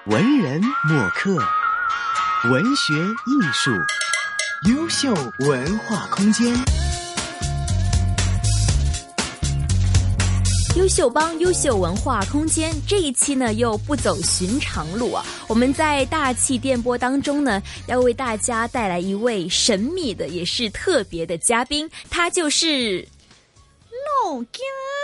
文人墨客，文学艺术，优秀文化空间。 优秀帮优秀文化空间这一期呢又不走寻常路啊，我们在大气电波当中呢要为大家带来一位神秘的也是特别的嘉宾，他就是老家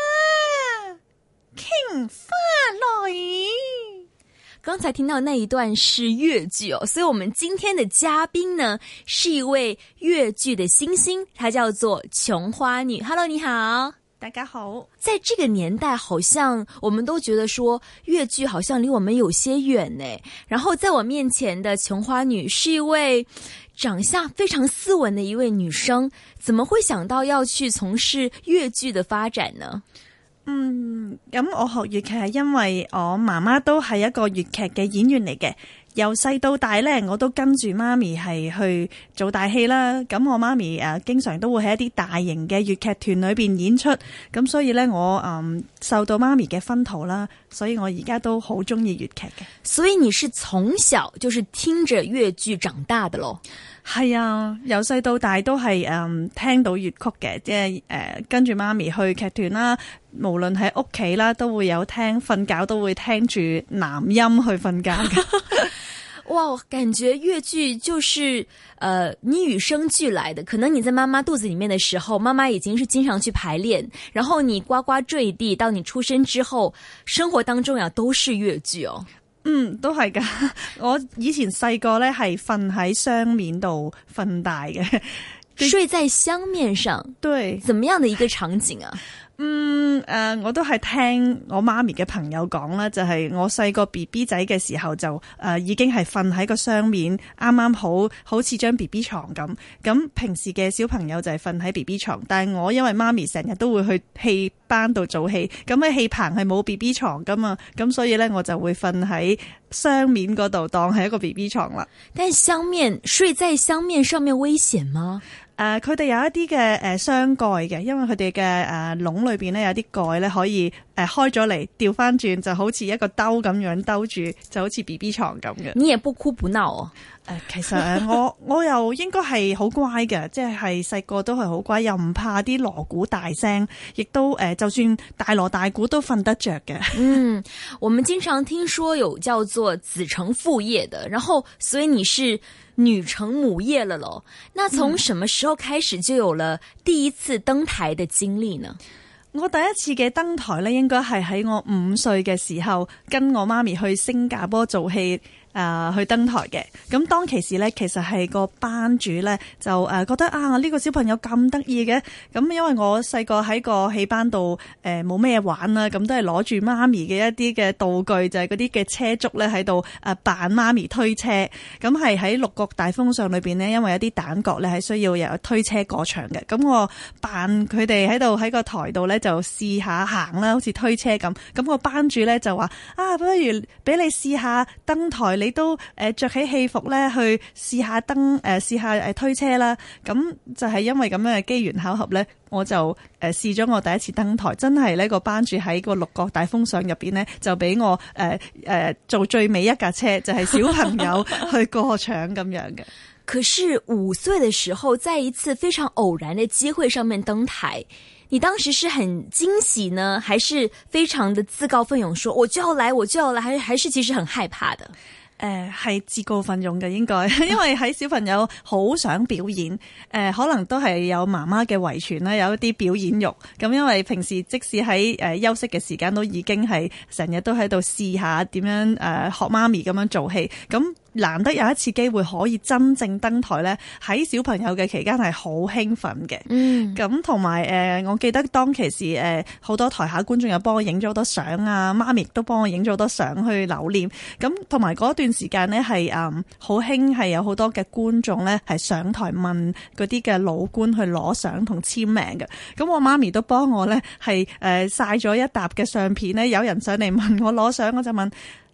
请返来。 刚才听到那一段是粤剧哦，所以我们今天的嘉宾呢是一位粤剧的新星，她叫做琼花女。 Hello 你好。 大家好。 在这个年代好像我们都觉得说粤剧好像离我们有些远呢，然后在我面前的琼花女是一位长相非常斯文的一位女生，怎么会想到要去从事粤劇的發展呢？ 咁我學粵劇係因為我媽媽都係一個粵劇嘅演員嚟嘅，由細到大咧我都跟住媽咪係去做大戲啦。咁我媽咪經常都會喺一啲大型嘅粵劇團裏邊演出，咁所以咧我受到媽咪嘅薰陶啦，所以我而家都好中意粵劇嘅。 所以你是從小就是聽着粵劇長大的咯？ 係啊，由細到大都係聽到粵曲嘅，即係跟住媽咪去劇團啦，無論喺屋企啦都會有聽，瞓覺都會聽住南音去瞓覺嘅。 哇，感覺粵劇就是你與生俱來的，可能你在媽媽肚子裡面的時候，媽媽已經是經常去排練，然後你呱呱墜地到你出生之後，生活當中呀都是粵劇哦。 都係噶。我以前細個咧係瞓喺雙面度瞓大嘅。 睡在香面上，對，怎麼樣的一個場景啊？ 我都係聽我媽咪嘅朋友講啦，就係我細個 BB 仔嘅時候就已經係瞓喺個雙面，啱啱好似張 BB 床咁。咁平時嘅小朋友就係瞓喺 BB 床，但係我因為媽咪成日都會去戲班度做戲，咁喺戲棚係冇 BB 床噶嘛，咁所以咧我就會瞓喺雙面嗰度當係一個 BB 床啦。 但香面睡在香面上面危險嗎？ 佢哋有一啲嘅雙蓋嘅，因為佢哋嘅籠裏邊咧有啲蓋咧可以開咗嚟調翻轉，就好似一個兜咁樣兜住，就好似 BB 床咁嘅。 你也不哭不鬧哦？ 其實我又應該係好乖嘅，即係細個都係好乖，又唔怕啲鑼鼓大聲，亦都就算大鑼大鼓都瞓得着嘅。 我們經常聽說有叫做子承父業的，然後所以你是女承母業了咯。那從什麼時候開始就有了第一次登台的經歷呢？ 我第一次嘅登台咧，應該係喺我5歲嘅時候，跟我媽咪去新加坡做戲。去登台嘅。咁當其時咧，其實係個班主咧就覺得呢個小朋友咁得意嘅。咁因為我細個喺個戲班度冇咩玩啦，咁都係攞住媽咪嘅一啲嘅道具，就係嗰啲嘅車竹咧喺度扮媽咪推車。咁係喺六國大封相裏邊呢，因為有啲旦角咧係需要有推車過場嘅。咁我扮佢哋喺度喺個台度咧就試下行啦，好似推車咁。咁個班主咧就話不如俾你試下登台。你都着起戲服咧去試下試下推車啦。咁就係因為咁樣嘅機緣巧合咧，我就試咗我第一次登台，真係呢個班主喺個六國大封相入邊咧就俾我做最尾一架車，就係小朋友去過場咁樣嘅。 可是5歲的時候，在一次非常偶然的機會上面登台，你當時是很驚喜呢，還是非常的自告奮勇說我就要來，還是其實很害怕的？ 係自告奮勇嘅應該，因為喺小朋友好想表演，可能都係有媽媽嘅遺傳啦，有一啲表演欲。咁因為平時即使喺休息嘅時間都已經係成日都喺度試下點樣學媽咪咁樣做戲。咁難得有一次機會可以真正登台咧，喺小朋友嘅期間係好興奮嘅。咁同埋我記得當其時好多台下觀眾有幫我影咗好多相啊，媽咪亦都幫我影咗好多相去留念。咁同埋嗰段時間咧係好興，係有好多嘅觀眾咧係上台問嗰啲嘅老倌去攞相同簽名嘅。咁我媽咪都幫我咧係曬咗一沓嘅相片咧，有人上嚟問我攞相，我就問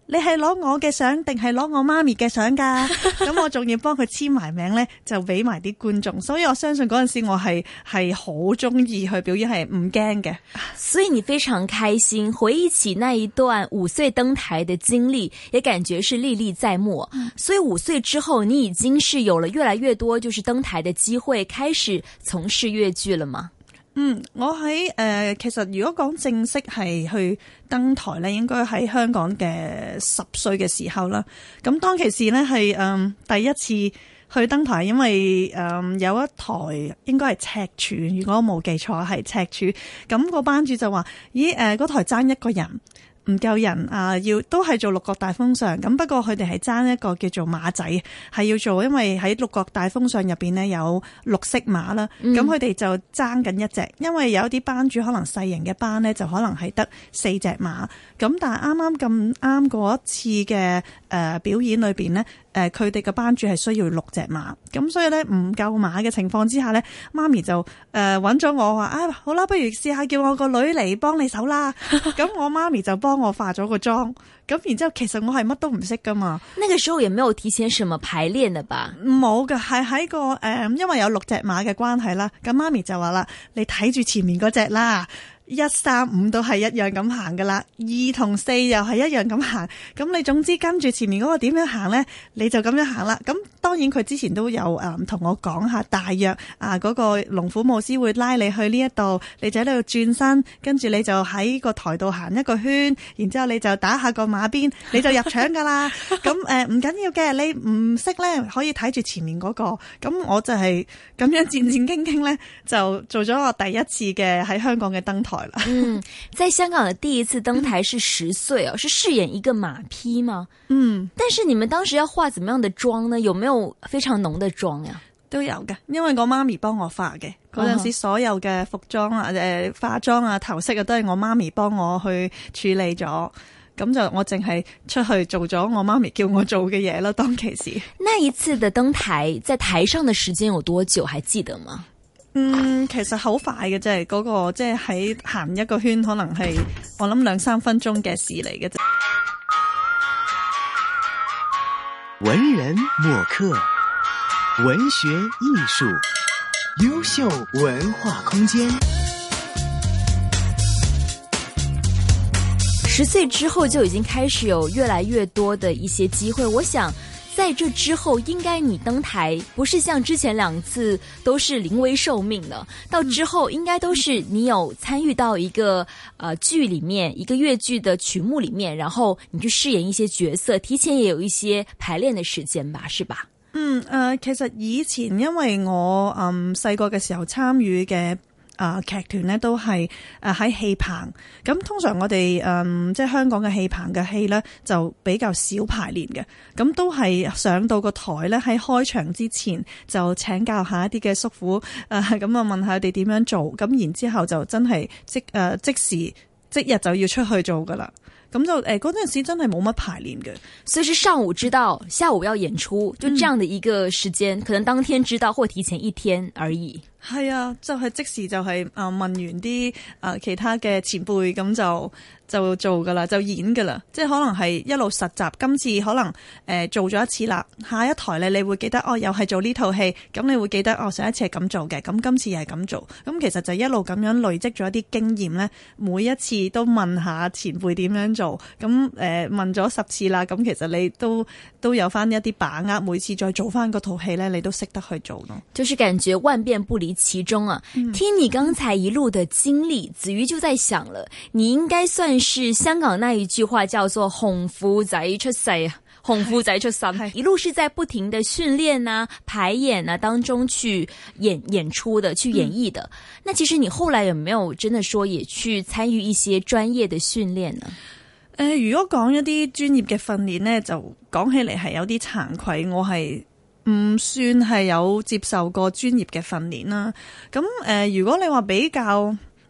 你係攞我嘅相定係攞我媽咪嘅相㗎？咁我仲要幫佢簽埋名咧，就俾埋啲觀眾。所以我相信嗰陣時我係好中意去表演，係唔驚嘅。 所以你非常開心，回憶起那一段5歲登台的經歷，也感覺是歷歷在目。所以5歲之後，你已經是有了越來越多就是登台的機會，開始從事粵劇了嗎？ 我喺其實如果講正式係去登台咧，應該喺香港嘅10歲嘅時候啦。咁當其時咧係第一次去登台，因為有一台應該係赤柱，如果我冇記錯係赤柱。咁個班主就話：咦嗰台爭一個人。唔夠人啊，要都係做六國大封相咁，不過佢哋係爭一個叫做馬仔，係要做，因為喺六國大封相入邊呢有6色馬啦，咁佢哋就爭緊一隻，因為有啲班主可能細型嘅班呢，就可能係得4隻馬，咁但係啱咁啱嗰一次嘅表演裏邊呢，佢哋嘅班主係需要6隻馬，咁所以呢，唔夠馬嘅情況之下呢，媽咪就揾咗我話好啦，不如試下叫我個女嚟幫你手啦，咁我媽咪就幫我化咗個妝，咁然之後其實我係乜都唔識噶嘛。 那個時候也沒有提前什麼排練的吧？ 冇噶，係喺個因為有6隻馬嘅關係啦，咁媽咪就話啦，你睇住前面嗰隻啦。1、3、5都係一樣咁行噶啦，2同4又係一樣咁行，咁你總之跟住前面嗰個點樣行呢？你就咁樣行啦。咁當然佢之前都有同我講下大約嗰個龍虎武師會拉你去呢一度，你就喺呢度轉身，跟住你就喺個台度行一個圈，然之後你就打下個馬鞭，你就入場噶啦。咁唔緊要嘅，你唔識呢，可以睇住前面嗰個。咁我就係咁樣戰戰兢兢呢，就做咗我第一次嘅喺香港嘅登台。 在香港的第一次登台是10歲哦，是飾演一個馬匹嗎？但是你們當時要化怎麼樣的妝呢？有沒有非常濃的妝呀？ 都有嘅，因為我媽咪幫我化嘅，嗰陣時所有嘅服裝啊、化妝啊、頭飾啊，都係我媽咪幫我去處理咗。咁就我淨係出去做咗我媽咪叫我做嘅嘢啦。當其時， 那一次的登台，在台上的時間有多久？還記得嗎？ 其實好快嘅啫，嗰個即係喺行一個圈，可能係我諗2-3分鐘嘅事嚟嘅啫。 文人墨客，文學藝術，優秀文化空間。 10歲之後就已經開始有越來越多的一些機會，我想在這之後，應該你登台不是像之前2次都是臨危受命的，到之後應該都是你有參與到一個劇裡面，一個粵劇的曲目裡面，然後你去飾演一些角色，提前也有一些排練的時間吧，是吧？ 其實以前因為我細個嘅時候參與嘅劇團呢都係喺戲棚，咁通常我哋即係香港嘅戲棚嘅戲呢就比較少排練嘅，咁都係上到個台呢，喺開場之前就請教下一啲嘅叔父，咁啊問下佢哋點樣做，咁然之後就真係即時即日就要出去做噶啦。咁就嗰陣時真係冇乜排練嘅， 所以是上午知道，下午要演出，就這樣的一個時間，可能當天知道或提前1天而已。 係啊，就係即時就係問完啲其他嘅前輩，咁就做噶啦，就演噶啦，即係可能係一路實習。今次可能做咗一次啦，下一台你會記得又係做呢套戲，咁你會記得上一次係咁做嘅，咁今次又係咁做，咁其實就一路咁樣累積咗一啲經驗咧，每一次都問下前輩點樣做，咁問咗10次啦，咁其實你都有翻一啲把握，每次再做翻嗰套戲咧，你都識得去做咯。 就是感覺萬變不離其中啊！聽你剛才一路的經歷，子瑜就在想了，你應該算是香港那一句話叫做紅褲仔出世啊，紅褲仔出身，一路是在不停的訓練啊、排演啊當中去演出的、去演繹的。那其實你後來有沒有真的說也去參與一些專業的訓練呢？ 如果講一啲專業嘅訓練呢，就講起嚟係有啲慚愧，我係唔算係有接受過專業嘅訓練啦。咁如果你話比較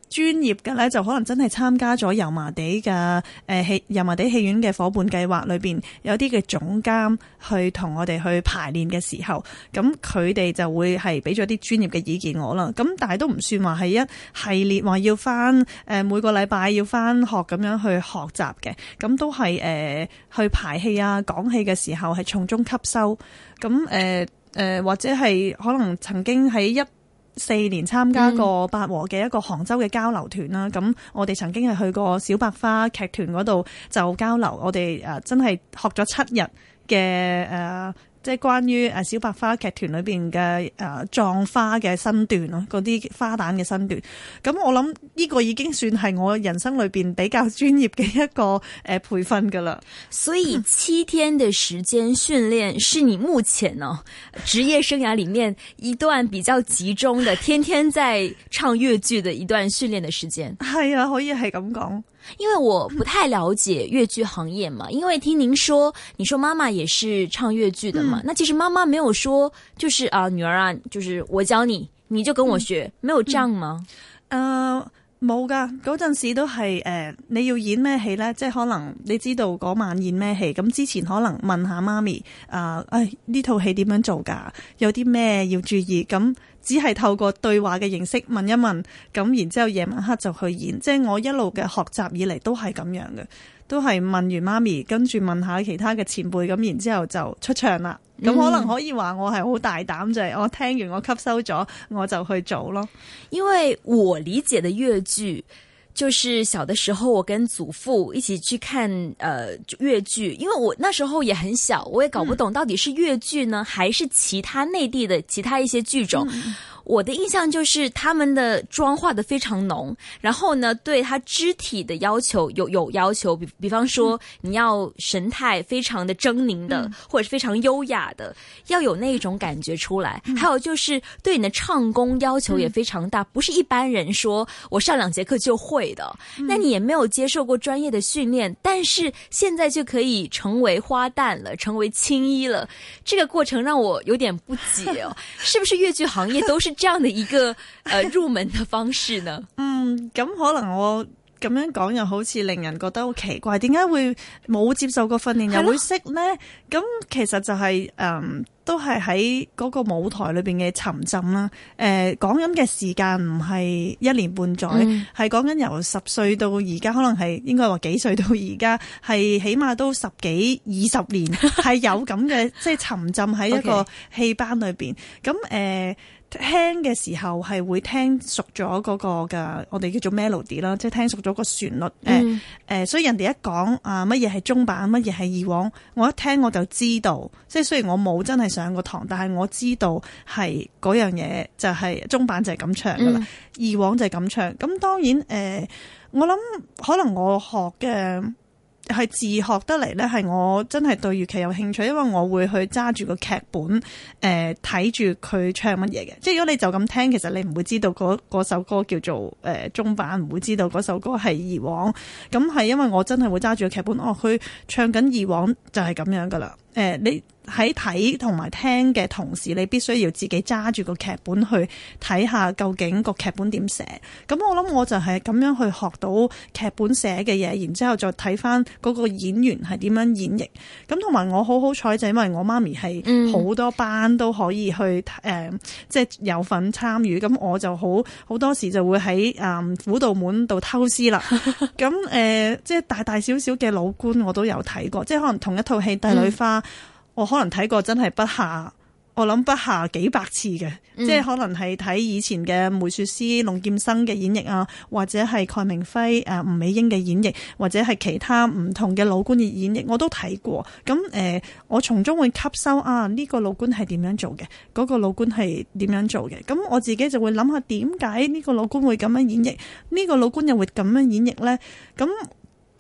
專業嘅咧，就可能真係參加咗油麻地嘅油麻地戲院嘅伙伴計劃裏邊有啲嘅總監去同我哋去排練嘅時候，咁佢哋就會係俾咗啲專業嘅意見我啦。咁但係都唔算話係一系列話要翻每個禮拜要翻學咁樣去學習嘅，咁都係去排戲啊講戲嘅時候係從中吸收。咁或者係可能曾經喺14年參加過八和嘅一個杭州嘅交流團啦，咁我哋曾經係去過小白花劇團嗰度就交流，我哋真係學咗7日嘅即係關於小白花劇團裏邊嘅葬花嘅身段咯，嗰啲花旦嘅身段。咁我諗呢個已經算係我人生裏邊比較專業嘅一個培訓噶啦。 所以7天的時間訓練是你目前呢職業生涯裏面一段比較集中的，天天在唱粵劇的一段訓練的時間。 係啊，可以係咁講。 因為我不太了解粵劇行業嘛，因為聽您說，你說媽媽也是唱粵劇的嘛，那其實媽媽沒有說，就是女兒啊，就是我教你，你就跟我學，沒有這樣嗎？ 冇噶，嗰陣時都係你要演咩戲咧？即係可能你知道嗰晚演咩戲，咁之前可能問下媽咪呢套戲點樣做噶？有啲咩要注意？咁只係透過對話嘅形式問一問，咁然之後夜晚黑就去演。即係我一路嘅學習以嚟都係咁樣嘅，都係問完媽咪，跟住問下其他嘅前輩，咁然之後就出場啦。咁可能可以話我係好大膽，就係我聽完我吸收咗，我就去做咯。 因為我理解的粵劇，就是小的時候我跟祖父一起去看粵劇，因為我那時候也很小，我也搞不懂到底是粵劇呢，還是其他內地的其他一些劇種。我的印象就是他們的妝化得非常濃，然後呢對他肢體的要求有要求，比方說你要神態非常的狰狞的，或者是非常優雅的，要有那種感覺出來。還有就是對你的唱功要求也非常大，不是一般人說我上2節課就會的，那你也沒有接受過專業的訓練，但是現在就可以成為花旦了，成為青衣了，這個過程讓我有點不解哦。是不是粵劇行業都是這樣的一個入門的方式呢？ 咁可能我咁樣講又好似令人覺得好奇怪，點解會冇接受過訓練又會識呢？咁其實就係都係喺嗰個舞台裏邊嘅沉浸啦。講緊嘅時間唔係1年半載，係講緊由10歲到而家，可能係應該話幾歲到而家，係起碼都10幾20年，係有咁嘅即係沉浸喺一個戲班裏邊。咁聽嘅時候係會聽熟咗嗰個嘅我哋叫做 melody 啦，即係聽熟咗個旋律。所以人哋一講乜嘢係中版，乜嘢係二黃，我一聽我就知道。即係雖然我冇真係上過堂，但係我知道係嗰樣嘢就係中版就係咁唱噶啦，二黃就係咁唱。咁當然我諗可能我學嘅係自學得嚟咧，係我真係對粵劇有興趣，因為我會去揸住個劇本，睇住佢唱乜嘢嘅。即係如果你就咁聽，其實你唔會知道嗰首歌叫做中版，唔會知道嗰首歌係二黃。咁係因為我真係會揸住個劇本，佢唱緊二黃就係咁樣噶啦。你喺睇同埋聽嘅同時，你必須要自己揸住個劇本去睇下究竟個劇本點寫。咁我諗我就係咁樣去學到劇本寫嘅嘢，然之後再睇翻嗰個演員係點樣演繹。咁同埋我好彩就因為我媽咪係好多班都可以去即係有份參與。咁我就好多時就會喺虎度門度偷師啦。咁即係大大小小嘅老倌我都有睇過，即係可能同一套戲《帝女花》。我可能睇過真係不下幾百次嘅，即係可能係睇以前嘅梅雪詩、龍劍笙嘅演繹啊，或者係蓋明輝、吳美英嘅演繹，或者係其他唔同嘅老倌嘅演繹，我都睇過。咁我從中會吸收呢個老倌係點樣做嘅，嗰個老倌係點樣做嘅。咁我自己就會諗下點解呢個老倌會咁樣演繹，呢個老倌又會咁樣演繹咧？咁吸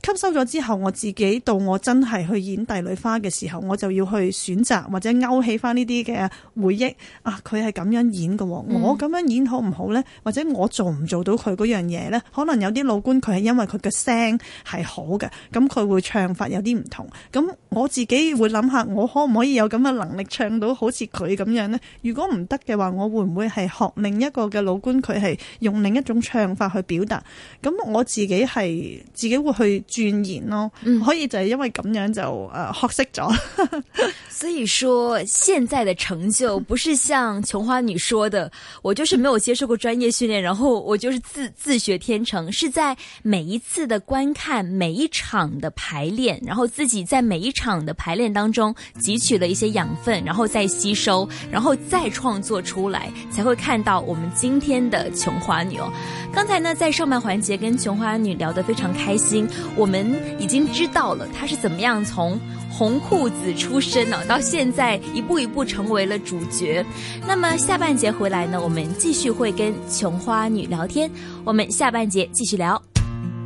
收咗之後，我自己到我真係去演帝女花嘅時候，我就要去選擇或者勾起翻呢啲嘅回憶啊，佢係咁樣演嘅，我咁樣演好唔好呢？或者我做唔做到佢嗰樣嘢呢？可能有啲老倌佢係因為佢嘅聲係好嘅，咁佢會唱法有啲唔同，咁我自己會諗下，我可唔可以有咁嘅能力唱到好似佢咁樣呢？如果唔得嘅話，我會唔會係學另一個嘅老倌，佢係用另一種唱法去表達？咁我自己會去鑽研咯，可以就係因為咁樣就學識咗。 所以說現在的成就不是像瓊花女說的，我就是沒有接受過專業訓練，然後我就是自學天成，是在每一次的觀看每一場的排練，然後自己在每一場的排練當中汲取了一些養分，然後再吸收，然後再創作出來，才會看到我們今天的瓊花女哦。剛才呢在上半環節跟瓊花女聊得非常開心，我們已經知道了她是怎麼樣從紅褲子出身呢，到現在一步一步成為了主角。那麼下半節回來呢，我們繼續會跟瓊花女聊天，我們下半節繼續聊。